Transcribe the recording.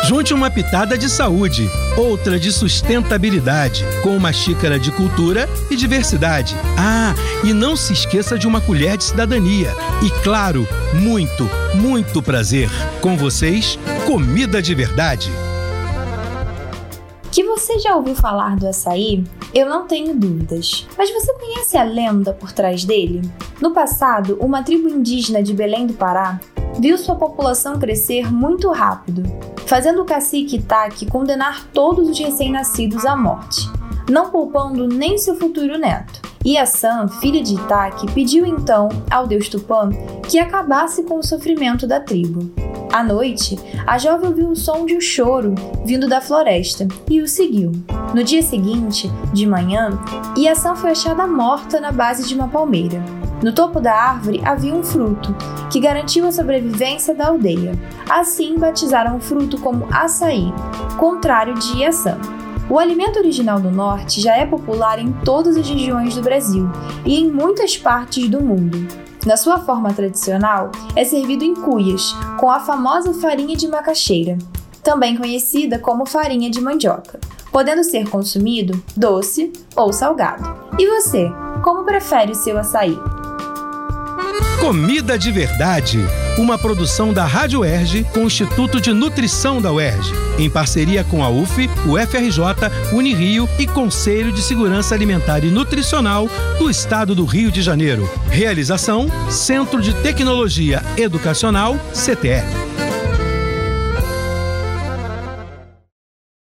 Junte uma pitada de saúde, outra de sustentabilidade, com uma xícara de cultura e diversidade. Ah, e não se esqueça de uma colher de cidadania. E claro, muito, muito prazer. Com vocês, comida de verdade. Que você já ouviu falar do açaí? Eu não tenho dúvidas. Mas você conhece a lenda por trás dele? No passado, uma tribo indígena de Belém do Pará viu sua população crescer muito rápido, fazendo o cacique Itaque condenar todos os recém-nascidos à morte, não poupando nem seu futuro neto. Iaçã, filha de Itaque, pediu então ao deus Tupã que acabasse com o sofrimento da tribo. À noite, a jovem ouviu o som de um choro vindo da floresta e o seguiu. No dia seguinte, de manhã, Iaçã foi achada morta na base de uma palmeira. No topo da árvore havia um fruto, que garantiu a sobrevivência da aldeia. Assim, batizaram o fruto como açaí, contrário de Iaçã. O alimento original do norte já é popular em todas as regiões do Brasil e em muitas partes do mundo. Na sua forma tradicional, é servido em cuias, com a famosa farinha de macaxeira, também conhecida como farinha de mandioca, podendo ser consumido doce ou salgado. E você, como prefere o seu açaí? Comida de Verdade, uma produção da Rádio UERJ com o Instituto de Nutrição da UERJ, em parceria com a UF, o FRJ, Unirio e Conselho de Segurança Alimentar e Nutricional do Estado do Rio de Janeiro. Realização: Centro de Tecnologia Educacional, CTE.